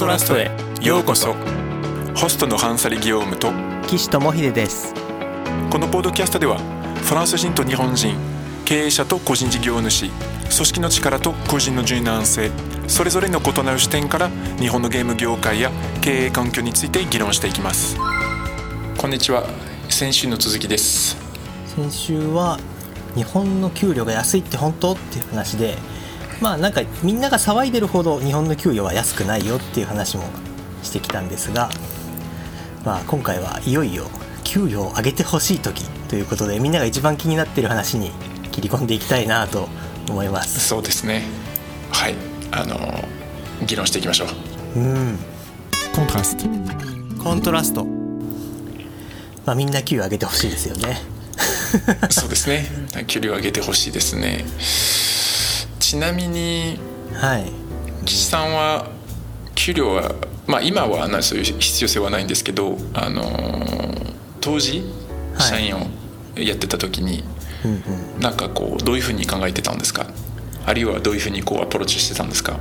ラストへようこそ。ホストのハンサリ・ギオームと岸智秀です。 このポッドキャストではフランス人と日本人、経営者と個人事業主、組織の力と個人の柔軟性、それぞれの異なる視点から日本のゲーム業界や経営環境について議論していきます。こんにちは。先週の続きです。 先週は日本の給料が安いって本当っていう話で、なんかみんなが騒いでるほど日本の給与は安くないよっていう話もしてきたんですが、今回はいよいよ給与を上げてほしい時ということで、みんなが一番気になっている話に切り込んでいきたいなと思います。 そうですね。はい、議論していきましょう。コントラスト。 みんな給与上げてほしいですよね。 そうですね。給料上げてほしいですね。ちなみに、岸さんは給料は、今はそういう必要性はないんですけど、当時社員をやってた時に、なんかこうどういうふうに考えてたんですか？あるいはどういうふうにこうアプローチしてたんですか？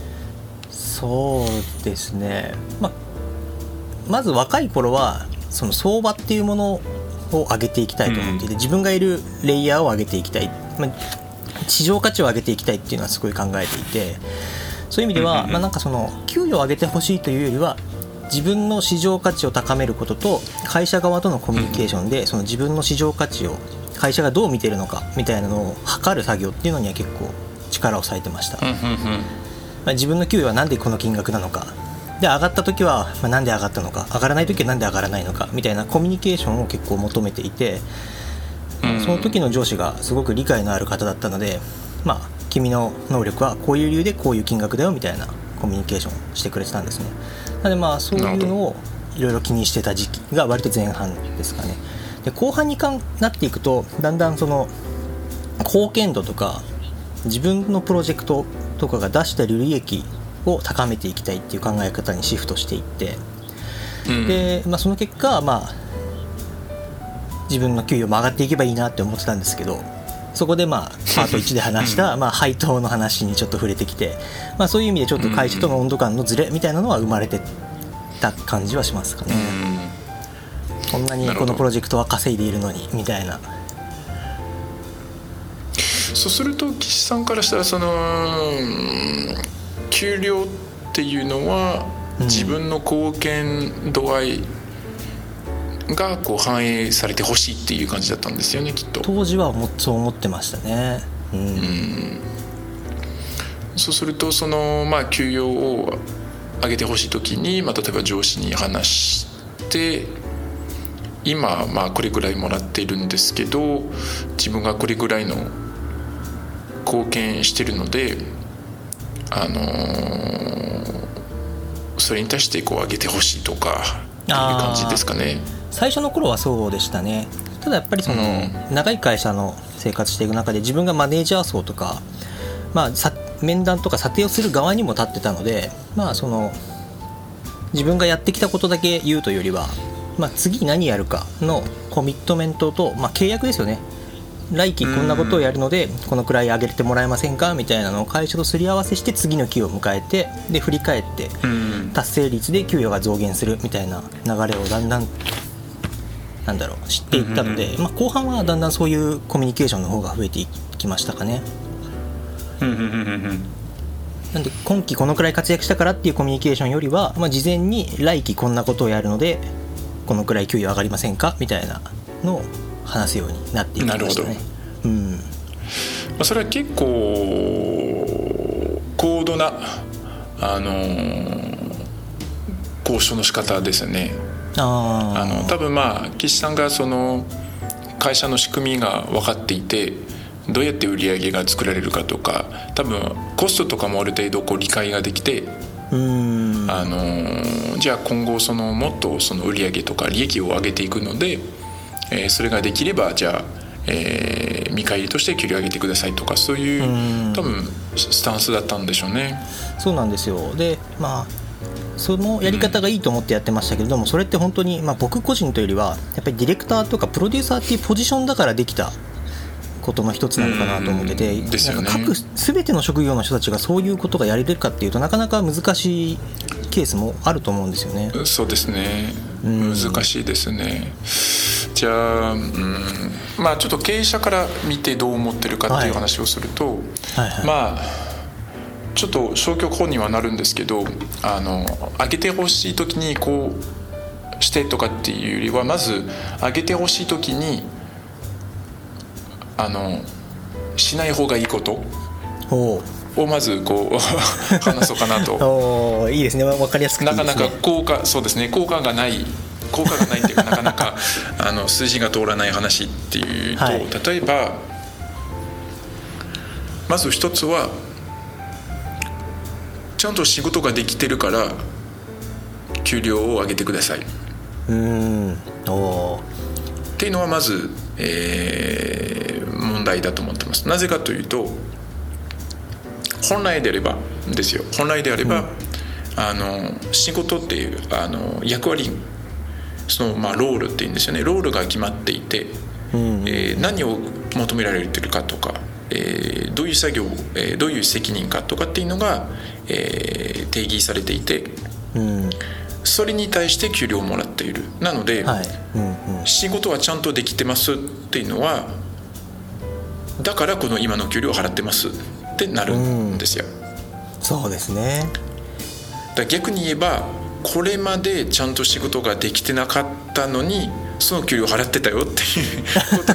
そうですね、まず若い頃はその相場っていうものを上げていきたいと思っていて、自分がいるレイヤーを上げていきたい、市場価値を上げていきたいっていうのはすごい考えていて、そういう意味では、なんかその給与を上げてほしいというよりは、自分の市場価値を高めることと会社側とのコミュニケーションで、その自分の市場価値を会社がどう見てるのかみたいなのを測る作業っていうのには結構力を割いてました。自分の給与はなんでこの金額なのかで、上がった時はなんで上がったのか、上がらない時はなんで上がらないのかみたいなコミュニケーションを結構求めていて、その時の上司がすごく理解のある方だったので、君の能力はこういう理由でこういう金額だよみたいなコミュニケーションをしてくれてたんですね。なのでそういうのをいろいろ気にしてた時期が割と前半ですかね。で、後半になっていくと、だんだんその貢献度とか自分のプロジェクトとかが出した利益を高めていきたいっていう考え方にシフトしていって、で、その結果自分の給与も上がっていけばいいなって思ってたんですけど、そこでパート1で話した配当の話にちょっと触れてきて、そういう意味でちょっと会社との温度感のズレみたいなのは生まれてた感じはしますかね。こんなにこのプロジェクトは稼いでいるのにみたいな。 そうすると岸さんからしたら、その給料っていうのは自分の貢献度合いがこう反映されてほしいっていう感じだったんですよね、きっと。 当時はそう思ってましたね。 そうするとその、給与を上げてほしいときに、例えば上司に話して、今これぐらいもらっているんですけど、自分がこれぐらいの貢献してるので、それに対してこう上げてほしいとかっていう感じですかね。 最初の頃はそうでしたね。ただやっぱりその、長い会社の生活していく中で、自分がマネージャー層とか、面談とか査定をする側にも立ってたので、その自分がやってきたことだけ言うというよりは、次何やるかのコミットメントと、契約ですよね。来期こんなことをやるのでこのくらい上げてもらえませんかみたいなのを会社とすり合わせして、次の期を迎えて、で振り返って達成率で給与が増減するみたいな流れをだんだん知っていったので、後半はだんだんそういうコミュニケーションの方が増えていきましたかね。なんで今期このくらい活躍したからっていうコミュニケーションよりは、事前に来期こんなことをやるのでこのくらい給与上がりませんかみたいなのを話すようになっていきましたね。 それは結構高度な交渉の仕方ですよね。多分岸さんがその会社の仕組みが分かっていて、どうやって売り上げが作られるかとか、多分コストとかもある程度こう理解ができて、じゃあ今後もっとその売り上げとか利益を上げていくので、それができればじゃあ、見返りとして給料上げてくださいとか、そういう多分スタンスだったんでしょうね。 そうなんですよ。でそのやり方がいいと思ってやってましたけれども、それって本当に、僕個人というよりはやっぱりディレクターとかプロデューサーっていうポジションだからできたことの一つなのかなと思ってて、 ですよね、 各全ての職業の人たちがそういうことがやれるかっていうとなかなか難しいケースもあると思うんですよね。 そうですね、難しいですね。じゃあ、まあちょっと経営者から見てどう思ってるかっていう話をすると、まあちょっと消極法にはなるんですけど、上げてほしい時にこうしてとかっていうよりは、まず上げてほしい時にしない方がいいことをまずこう話そうかなと。 いいですね、分かりやすくていいですね。 なかなかそうですね、効果がないっていうかなかなか数字が通らない話っていうと、例えばまず一つはちゃんと仕事ができてるから給料を上げてくださいっていうのはまず、問題だと思ってます。なぜかというと、本来であれば、仕事っていう役割、そのロールっていうんですよね。ロールが決まっていて、何を求められているかとか、どういう作業、どういう責任かとかっていうのが、定義されていて、それに対して給料をもらっている。なので、仕事はちゃんとできてますっていうのは、だからこの今の給料を払ってますってなるんですよ。 そうですね。 だ逆に言えば、これまでちゃんと仕事ができてなかったのにその給料を払ってたよっていうこと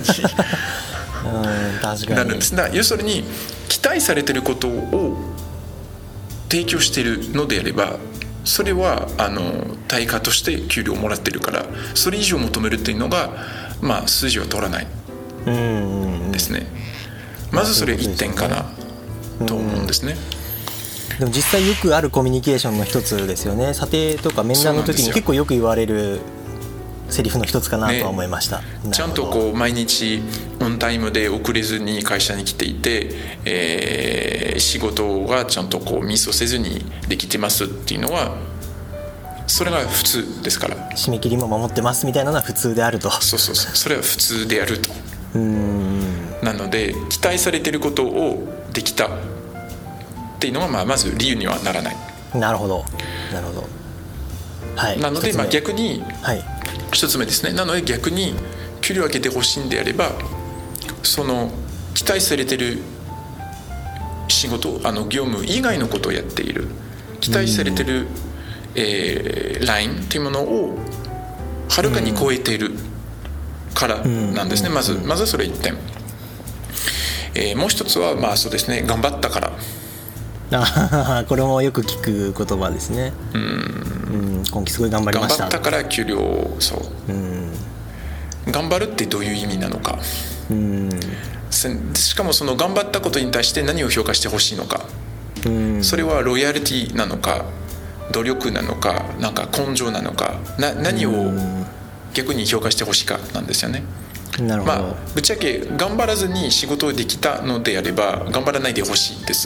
になるんです。だ要するに期待されてることを提供しているのであれば、それは対価として給料をもらってるから、それ以上求めるっていうのが、数字は取らないですね。まずそれ1点かなと思うんですね。 でも実際よくあるコミュニケーションの一つですよね。査定とか面談の時に結構よく言われるセリフの一つかなとは思いました、 ちゃんとこう毎日オンタイムで遅れずに会社に来ていて、仕事がちゃんとこうミスをせずにできてますっていうのは、それが普通ですから。 締め切りも守ってますみたいなのは普通であると。 それは普通であると。なので期待されていることをできたっていうのがまず理由にはならない。 なるほど、はい、 なので逆に一つ目ですね。なので逆に給料を上げてほしいんであれば、その期待されている仕事、業務以外のことをやっている、期待されている、ラインというものをはるかに超えているからなんですね。まずそれ1点。もう一つはそうですね、頑張ったから。 これもよく聞く言葉ですね。今期すごい頑張りました。 頑張ったから給料を。頑張るってどういう意味なのか。しかもその頑張ったことに対して何を評価してほしいのか。それはロイヤリティなのか、努力なのか、なんか根性なのか、何を逆に評価してほしいかなんですよね。 なるほど。 ぶっちゃけ頑張らずに仕事をできたのであれば頑張らないでほしいです。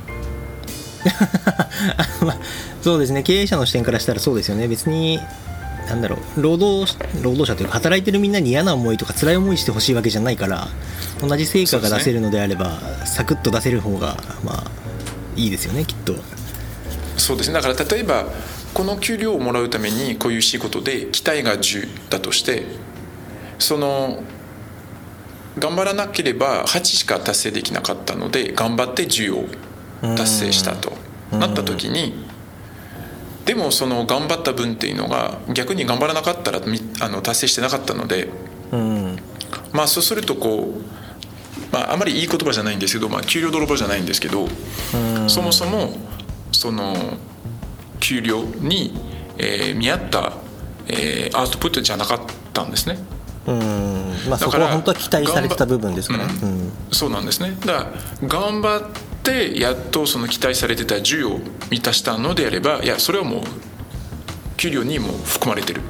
そうですね、経営者の視点からしたらそうですよね。別に労働者というか働いてるみんなに嫌な思いとか辛い思いしてほしいわけじゃないから、同じ成果が出せるのであればサクッと出せる方がいいですよね、きっと。 そうですね。だから例えばこの給料をもらうためにこういう仕事で期待が10だとして、その頑張らなければ8しか達成できなかったので頑張って10を達成したとなった時に、でもその頑張った分っていうのが逆に頑張らなかったら達成してなかったので、そうするとこう、あまりいい言葉じゃないんですけど、給料泥棒じゃないんですけど、そもそもその給料に、見合った、アウトプットじゃなかったんですね。 そこは本当は期待されてた部分ですから、 そうなんですね。だから頑張ってやっとその期待されてた10を満たしたのであれば、いやそれはもう給料にも含まれてる。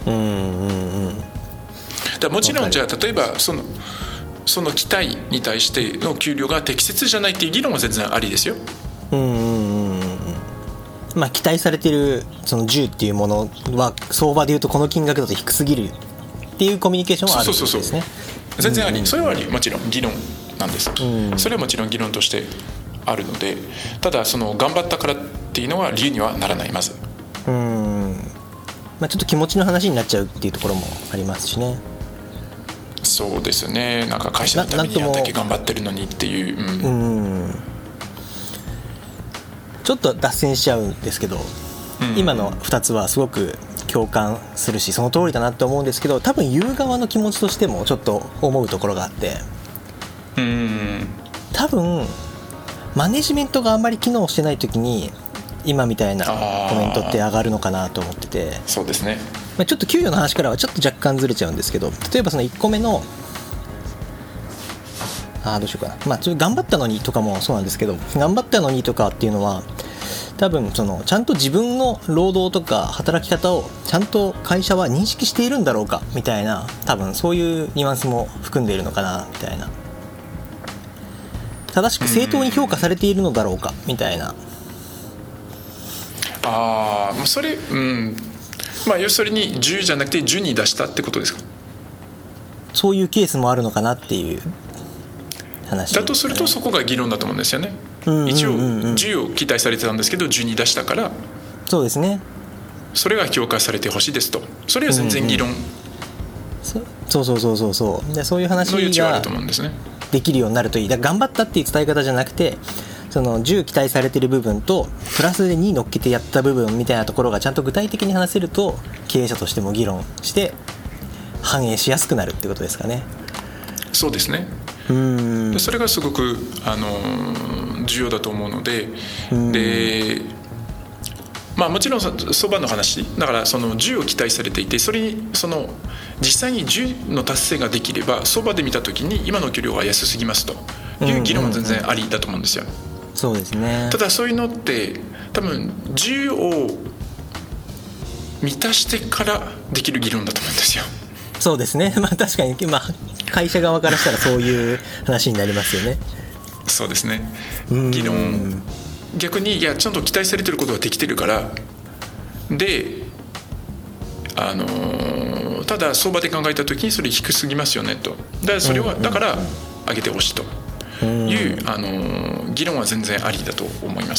だもちろんじゃあ例えばその期待に対しての給料が適切じゃないっていう議論は全然ありですよ。 期待されてるその10っていうものは相場でいうとこの金額だと低すぎるっていうコミュニケーションはあるんですね。 全然あり、それはあり、もちろん議論なんです。それはもちろん議論としてあるので、ただその頑張ったからっていうのは理由にはならない。まずまあ、ちょっと気持ちの話になっちゃうっていうところもありますしね。 そうですね、なんか会社のためにあんだけ頑張ってるのにっていう、 ちょっと脱線しちゃうんですけど、今の2つはすごく共感するしその通りだなって思うんですけど、多分言う側の気持ちとしてもちょっと思うところがあって、多分マネジメントがあんまり機能してない時に今みたいなコメントって上がるのかなと思ってて。 そうですね、 まあ、ちょっと給与の話からはちょっと若干ずれちゃうんですけど、例えばその1個目のどうしようかな、まあ、ちょっと頑張ったのにとかもそうなんですけど、頑張ったのにとかっていうのは多分そのちゃんと自分の労働とか働き方をちゃんと会社は認識しているんだろうかみたいな、多分そういうニュアンスも含んでいるのかなみたいな、正しく正当に評価されているのだろうかみたいな。 それまあ要するに10じゃなくて10に出したってことですか。 そういうケースもあるのかなっていう話、 だとするとそこが議論だと思うんですよね。一応10を期待されてたんですけど10に出したから、 そうですね、 それが評価されてほしいですと、それは全然議論、 そうで、そういう話ができるようになるといい。だから頑張ったっていう伝え方じゃなくて、その10期待されてる部分とプラスで2乗っけてやった部分みたいなところがちゃんと具体的に話せると、経営者としても議論して反映しやすくなるってことですかね。 そうですね。でそれがすごく重要だと思うので、でまあもちろんそばの話だから、その10を期待されていて、それにその実際に10の達成ができればそばで見た時に今の給料は安すぎますという議論は全然ありだと思うんですよ。 そうですね。 ただそういうのって多分10を満たしてからできる議論だと思うんですよ。 そうですね、まあ確かに、まあ、会社側からしたらそういう話になりますよね。 そうですね、議論逆にいやちゃんと期待されてることができてるからで、ただ相場で考えた時にそれ低すぎますよねと、だからそれはだから上げてほしいという議論は全然ありだと思います。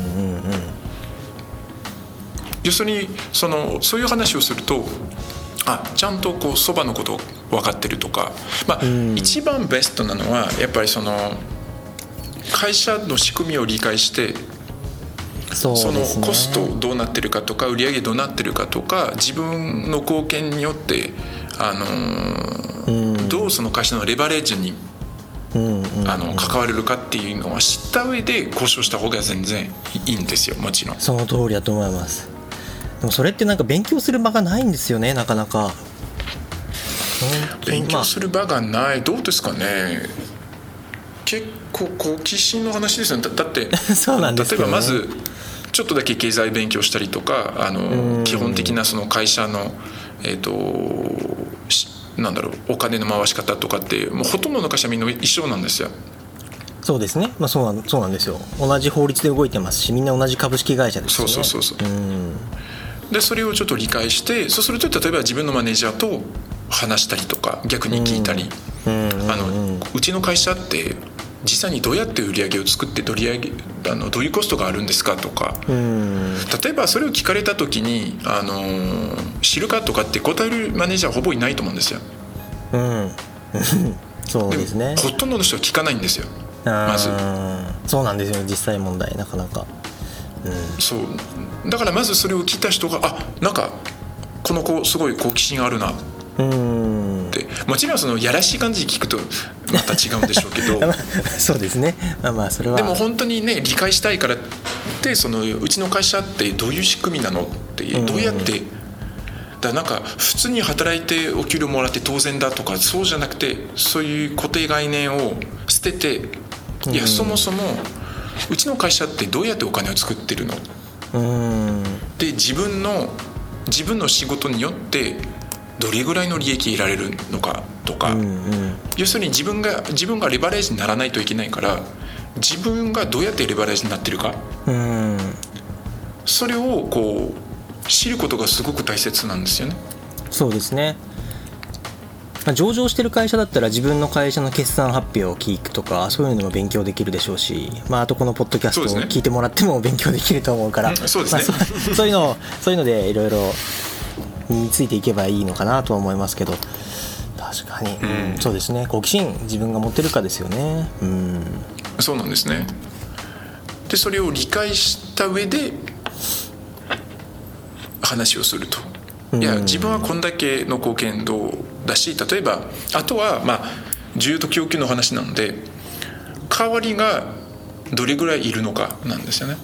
要するにそういう話をすると、ちゃんとこうそばのことを分かってるとか、まあ、一番ベストなのはやっぱりその会社の仕組みを理解して、そのコストどうなってるかとか売上どうなってるかとか、自分の貢献によってどうその会社のレバレッジに関われるかっていうのは知った上で交渉した方が全然いいんですよ。もちろんその通りだと思います。でもそれってなんか勉強する場がないんですよね、なかなか。 勉強する場がない、どうですかね。結構好奇心の話ですよね。だってそうなんですよね。 例えばまずちょっとだけ経済勉強したりとか、基本的なその会社のなんだろう、お金の回し方とかってもうほとんどの会社みんな一緒なんですよ。 そうですね、まあ、そうなんですよ。同じ法律で動いてますし、みんな同じ株式会社ですよね。 そうでそれをちょっと理解して、そうすると例えば自分のマネージャーと話したりとか逆に聞いたり、うちの会社って実際にどうやって売り上げを作ってどういうコストがあるんですかとか、例えばそれを聞かれた時に知るかとかって答えるマネージャーはほぼいないと思うんですよ。 そうですね。 ほとんどの人は聞かないんですよ。まずそうなんですよ、実際問題なかなか。 そうだからまずそれを聞いた人がなんかこの子すごい好奇心あるなってもちろんそのやらしい感じで聞くとまた違うんでしょうけどそうですね、まあそれはでも本当にね理解したいからってうちの会社ってどういう仕組みなのってどうやってなんか普通に働いてお給料もらって当然だとかそうじゃなくて、そういう固定概念を捨てて、いやそもそもうちの会社ってどうやってお金を作ってるので、自分の仕事によってどれぐらいの利益得られるのかとか、要するに自分がレバレージにならないといけないから、自分がどうやってレバレージになってるか、それをこう知ることがすごく大切なんですよね。 そうですね。 上場してる会社だったら自分の会社の決算発表を聞くとか、そういうのも勉強できるでしょうし、あとこのポッドキャストを聞いてもらっても勉強できると思うから、そういうのでいろいろ身についていけばいいのかなとは思いますけど、確かに、そうですね、好奇心自分が持ってるかですよね。 そうなんですね。でそれを理解した上で話をすると、いや自分はこんだけの貢献度だし、例えばあとは需要と供給の話なので、代わりがどれぐらいいるのかなんですよね。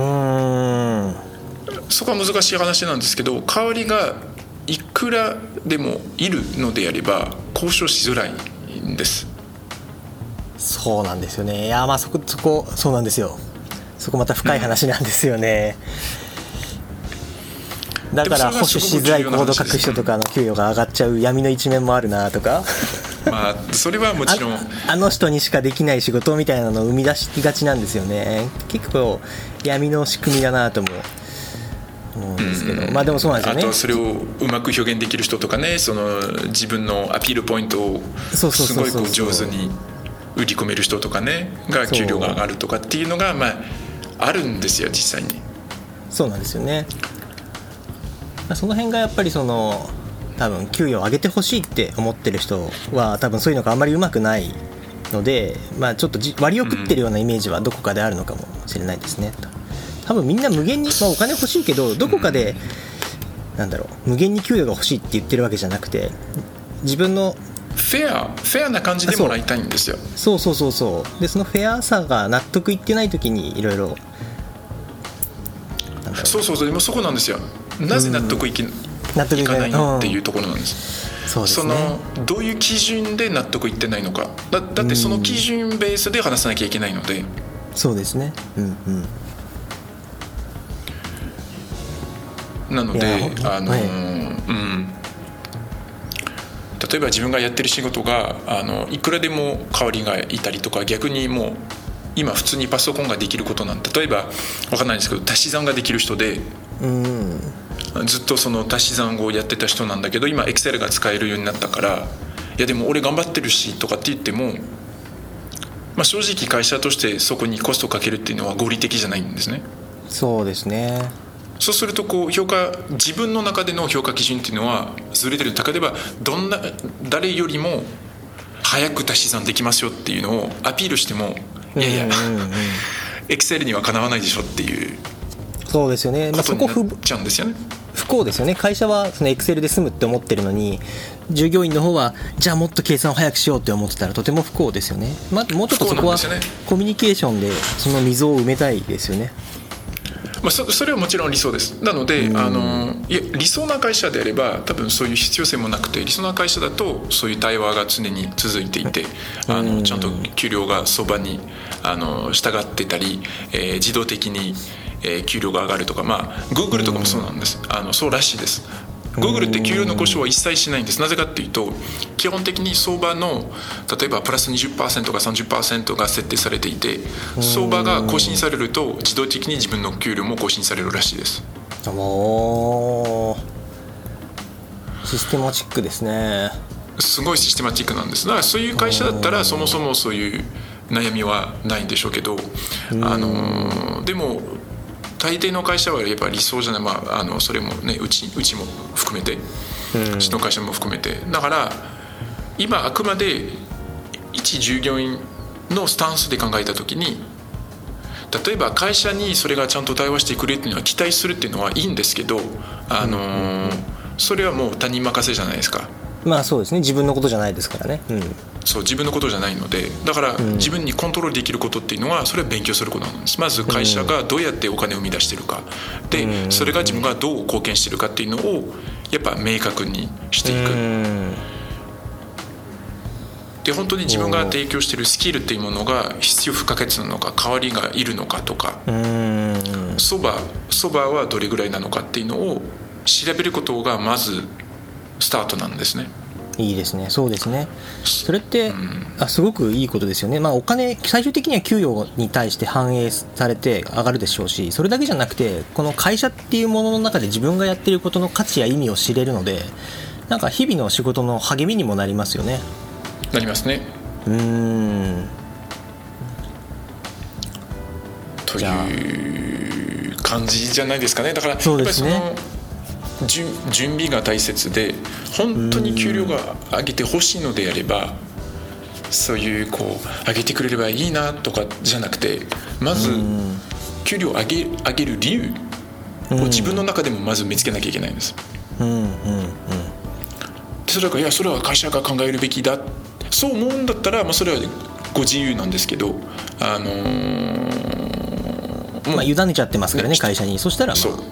そこは難しい話なんですけど、代わりがいくらでもいるのであれば交渉しづらいんです。 そうなんですよね。いやそこそうなんですよ。そこまた深い話なんですよね。だから保守しづらいコード書く人とかの給与が上がっちゃう闇の一面もあるなとかそれはもちろんあの人にしかできない仕事みたいなのを生み出しがちなんですよね。結構闇の仕組みだなと思うんですけど、でもそうなんですよね。 あとそれをうまく表現できる人とかね、その自分のアピールポイントをすごい上手に売り込める人とかねが給料が上がるとかっていうのがあるんですよ、実際に。 そうなんですよね。その辺がやっぱり多分給与を上げてほしいって思ってる人は多分そういうのがあんまりうまくないので、ちょっと割を食ってるようなイメージはどこかであるのかもしれないですね。多分みんな無限に、お金欲しいけどどこかで無限に給与が欲しいって言ってるわけじゃなくて、自分のフェアな感じでもらいたいんですよ。 そうでそのフェアさが納得いってない時にいろいろでもそこなんですよ。なぜ納得いかないのっていうところなんです。 そうですね。 どういう基準で納得いってないのか、だってその基準ベースで話さなきゃいけないので。 そうですね。 なので例えば自分がやってる仕事がいくらでも代わりがいたりとか、逆にもう今普通にパソコンができることなんて、例えば分かんないんですけど足し算ができる人で、ずっとその足し算をやってた人なんだけど今 Excel が使えるようになったから、いやでも俺頑張ってるしとかって言っても、正直会社としてそこにコストをかけるっていうのは合理的じゃないんですね。 そうですね。 そうすると自分の中での評価基準っていうのはずれてる。例えば誰よりも早く足し算できますよっていうのをアピールしても、いやいやExcel にはかなわないでしょっていうそうですよね。 ことになっちゃうんですよね。 不幸ですよね。会社はその Excel で済むって思ってるのに、従業員の方はじゃあもっと計算を早くしようって思ってたらとても不幸ですよね。もうちょっとそこはコミュニケーションでその溝を埋めたいですよね。 それはもちろん理想です。なので理想な会社であれば多分そういう必要性もなくて、理想な会社だとそういう対話が常に続いていて、ちゃんと給料がそばに従ってたり、自動的に給料が上がるとか、Google とかもそうなんです。そうらしいです。Google って給料の交渉は一切しないんです。なぜかっていうと、基本的に相場の例えばプラス 20% か 30% が設定されていて、相場が更新されると自動的に自分の給料も更新されるらしいです。 システマチックですね。 すごいシステマチックなんです。だからそういう会社だったらそもそもそういう悩みはないんでしょうけど、でも大抵の会社はやっぱり理想じゃない、それもねうちも含めて、うちの会社も含めて、だから今あくまで一従業員のスタンスで考えた時に、例えば会社にそれがちゃんと対話してくれるっていうのは期待するっていうのはいいんですけど、それはもう他人任せじゃないですか。 そうですね。自分のことじゃないですからね。 そう自分のことじゃないので、だから自分にコントロールできることっていうのはそれは勉強することなんです。まず会社がどうやってお金を生み出してるかで、それが自分がどう貢献してるかっていうのをやっぱ明確にしていく。で本当に自分が提供してるスキルっていうものが必要不可欠なのか、代わりがいるのかとか、そばはどれぐらいなのかっていうのを調べることがまずスタートなんですね。 いいですね。そうですね。それって、すごくいいことですよね。お金最終的には給与に対して反映されて上がるでしょうし、それだけじゃなくてこの会社っていうものの中で自分がやっていることの価値や意味を知れるので、 なんか日々の仕事の励みにもなりますよね。 なりますね。という感じじゃないですかね。だからやっぱりその準備が大切で、本当に給料が上げてほしいのであれば、そういうこう上げてくれればいいなとかじゃなくて、まず給料を上げる理由を自分の中でもまず見つけなきゃいけないんです。それからいやそれは会社が考えるべきだ、そう思うんだったら、それはご自由なんですけど、 委ねちゃってますからね、会社に。そしたら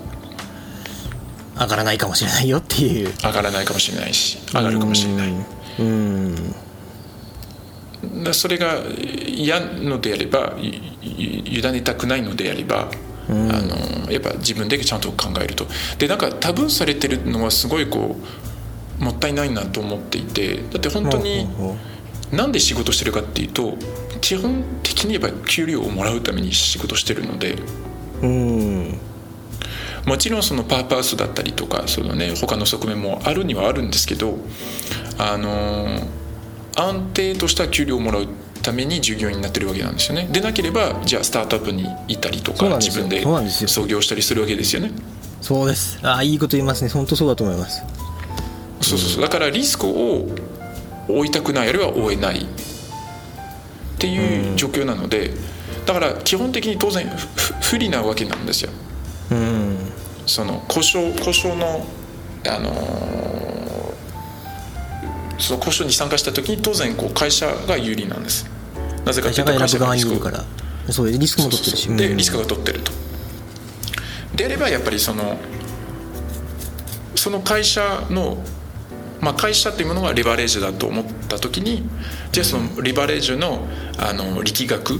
上がらないかもしれないよっていう。 上がらないかもしれないし、上がるかもしれない。それが嫌のであれば、委ねたくないのであれば、やっぱ自分でちゃんと考えると。でなんか多分されてるのはすごいこうもったいないなと思っていて、だって本当になんで仕事してるかっていうと、基本的にやっぱり給料をもらうために仕事してるので、もちろんそのパーパスだったりとかその、他の側面もあるにはあるんですけど、安定とした給料をもらうために従業員になってるわけなんですよね。でなければじゃあスタートアップにいたりとか自分で創業したりするわけですよね。 そうです。いいこと言いますね。本当そうだと思います。 そうだからリスクを負いたくない、あるいは負えないっていう状況なので、だから基本的に当然不利なわけなんですよ。その故障のその交渉に参加した時に当然こう会社が有利なんです。なぜかというと会社がリスクをそうリスクも取ってるし、 でリスクが取ってると。であればやっぱりその会社の、会社というものがレバレージだと思った時に、じゃあそのレバレージの力学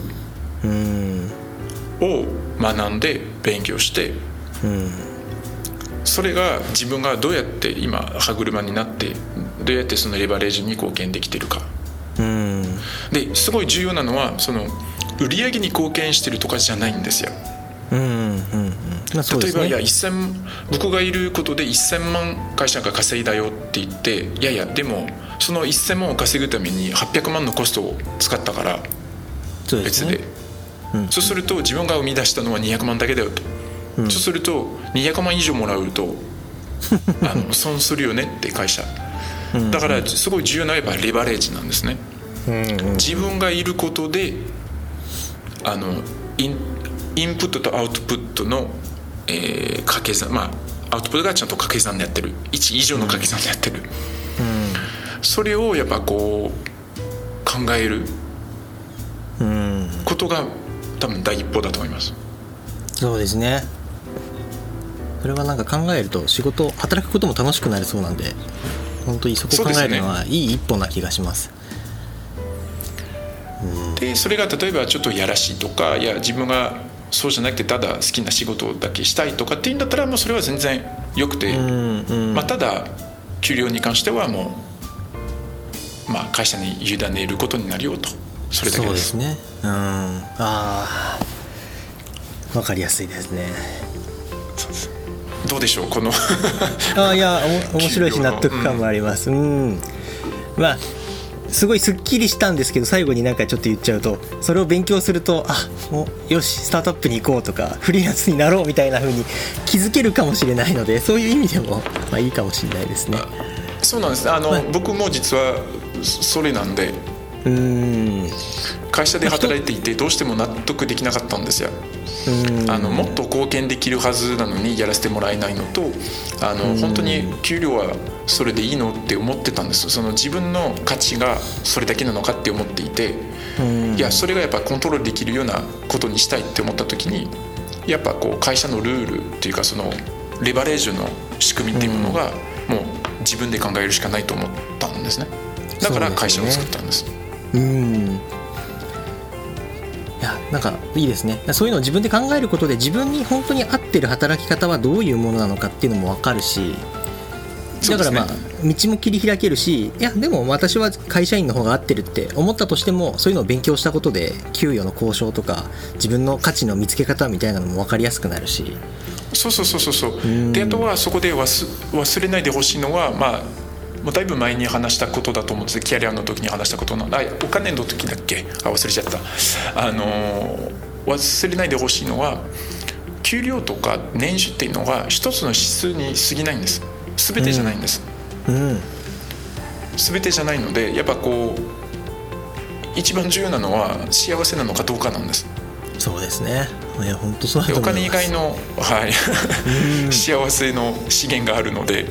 を学んで勉強して、それが自分がどうやって今歯車になってどうやってそのレバレージに貢献できているか。ですごい重要なのはその売上に貢献してるとかじゃないんですよ。例えばいや僕がいることで1000万会社が稼いだよって言って、いやでもその1000万を稼ぐために800万のコストを使ったから別で、そうすると自分が生み出したのは200万だけだよと。そうすると200万以上もらうと損するよねって会社。だからすごい重要なのはレバレージなんですね。自分がいることでインプットとアウトプットの、掛け算、アウトプットがちゃんと掛け算でやってる、1以上の掛け算でやってる、それをやっぱこう考えることが多分第一歩だと思います。 そうですね。それはなんか考えると働くことも楽しくなりそうなんで、本当にそこを考えるのはいい一歩な気がします。 でそれが例えばちょっとやらしいとか、いや自分がそうじゃなくてただ好きな仕事だけしたいとかっていうんだったら、もうそれは全然よくて、ただ給料に関してはもう、会社に委ねることになるよと、それだけです。 そうですね。わかりやすいですね。 そうです。どうでしょうこのいや面白いし納得感もあります。すごいすっきりしたんですけど、最後になんかちょっと言っちゃうと、それを勉強するともうよしスタートアップに行こうとかフリーランスになろうみたいな風に気づけるかもしれないので、そういう意味でもいいかもしれないですね。 そうなんです。僕も実はそれなんで、会社で働いていてどうしても納得できなかったんですよ。もっと貢献できるはずなのにやらせてもらえないのと、本当に給料はそれでいいのって思ってたんです。その自分の価値がそれだけなのかって思っていて、いやそれがやっぱコントロールできるようなことにしたいって思った時に、やっぱこう会社のルールっていうか、そのレバレージの仕組みっていうものがもう自分で考えるしかないと思ったんですね。だから会社を作ったんです。 いやなんかいいですね。そういうのを自分で考えることで、自分に本当に合ってる働き方はどういうものなのかっていうのも分かるし、だから道も切り開けるし、いやでも私は会社員の方が合ってるって思ったとしても、そういうのを勉強したことで給与の交渉とか自分の価値の見つけ方みたいなのも分かりやすくなるし。 そうで、あとはそこで忘れないでほしいのは、 もうだいぶ前に話したことだと思うんです。キャリアの時に話したことなんだ。お金の時だっけ、忘れちゃった。忘れないでほしいのは、給料とか年収っていうのが一つの指数に過ぎないんです。全てじゃないんです、全てじゃないので、やっぱこう一番重要なのは幸せなのかどうかなんです。 そうですね、いや本当そうだと思います。 お金以外の、はい幸せの資源があるので、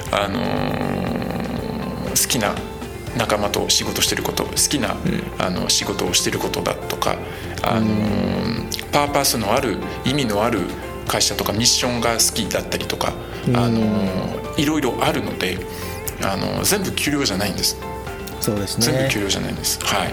好きな仲間と仕事してること、好きな、仕事をしてることだとか、パーパスのある意味のある会社とかミッションが好きだったりとか、いろいろあるので、全部給料じゃないんです。 そうですね、 全部給料じゃないんです。はい。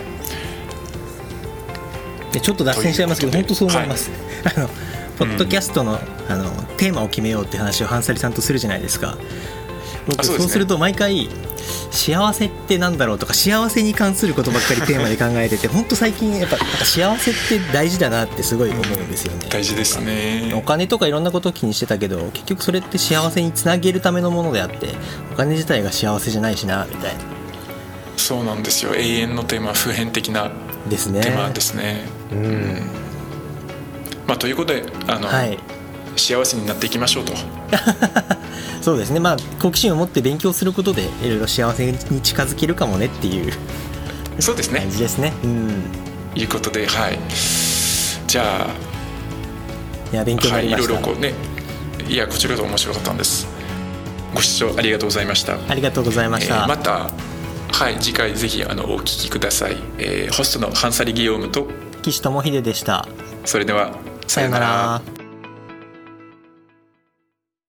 でちょっと脱線しちゃいますけど、本当そう思います、はい、ポッドキャストの、テーマを決めようって話をハンサリさんとするじゃないですか。僕そうすると毎回幸せってなんだろうとか、幸せに関することばっかりテーマで考えてて本当最近やっぱ幸せって大事だなってすごい思うんですよね。 大事ですね。 お金とかいろんなことを気にしてたけど、結局それって幸せにつなげるためのものであって、お金自体が幸せじゃないしなみたいな。 そうなんですよ。永遠のテーマ、普遍的なテーマですね。ということではい、幸せになっていきましょうとそうですね、好奇心を持って勉強することでいろいろ幸せに近づけるかもねっていうそうですね、 感じですね。 いうことで、はい、じゃあ、 いや勉強になりました。 いろいろこうね、いやこちらこそ面白かったんです。ご視聴ありがとうございました。 ありがとうございました。 また、はい、次回ぜひお聞きください。ホストのハンサリ・ギヨームと岸智秀でした。 それではさよなら。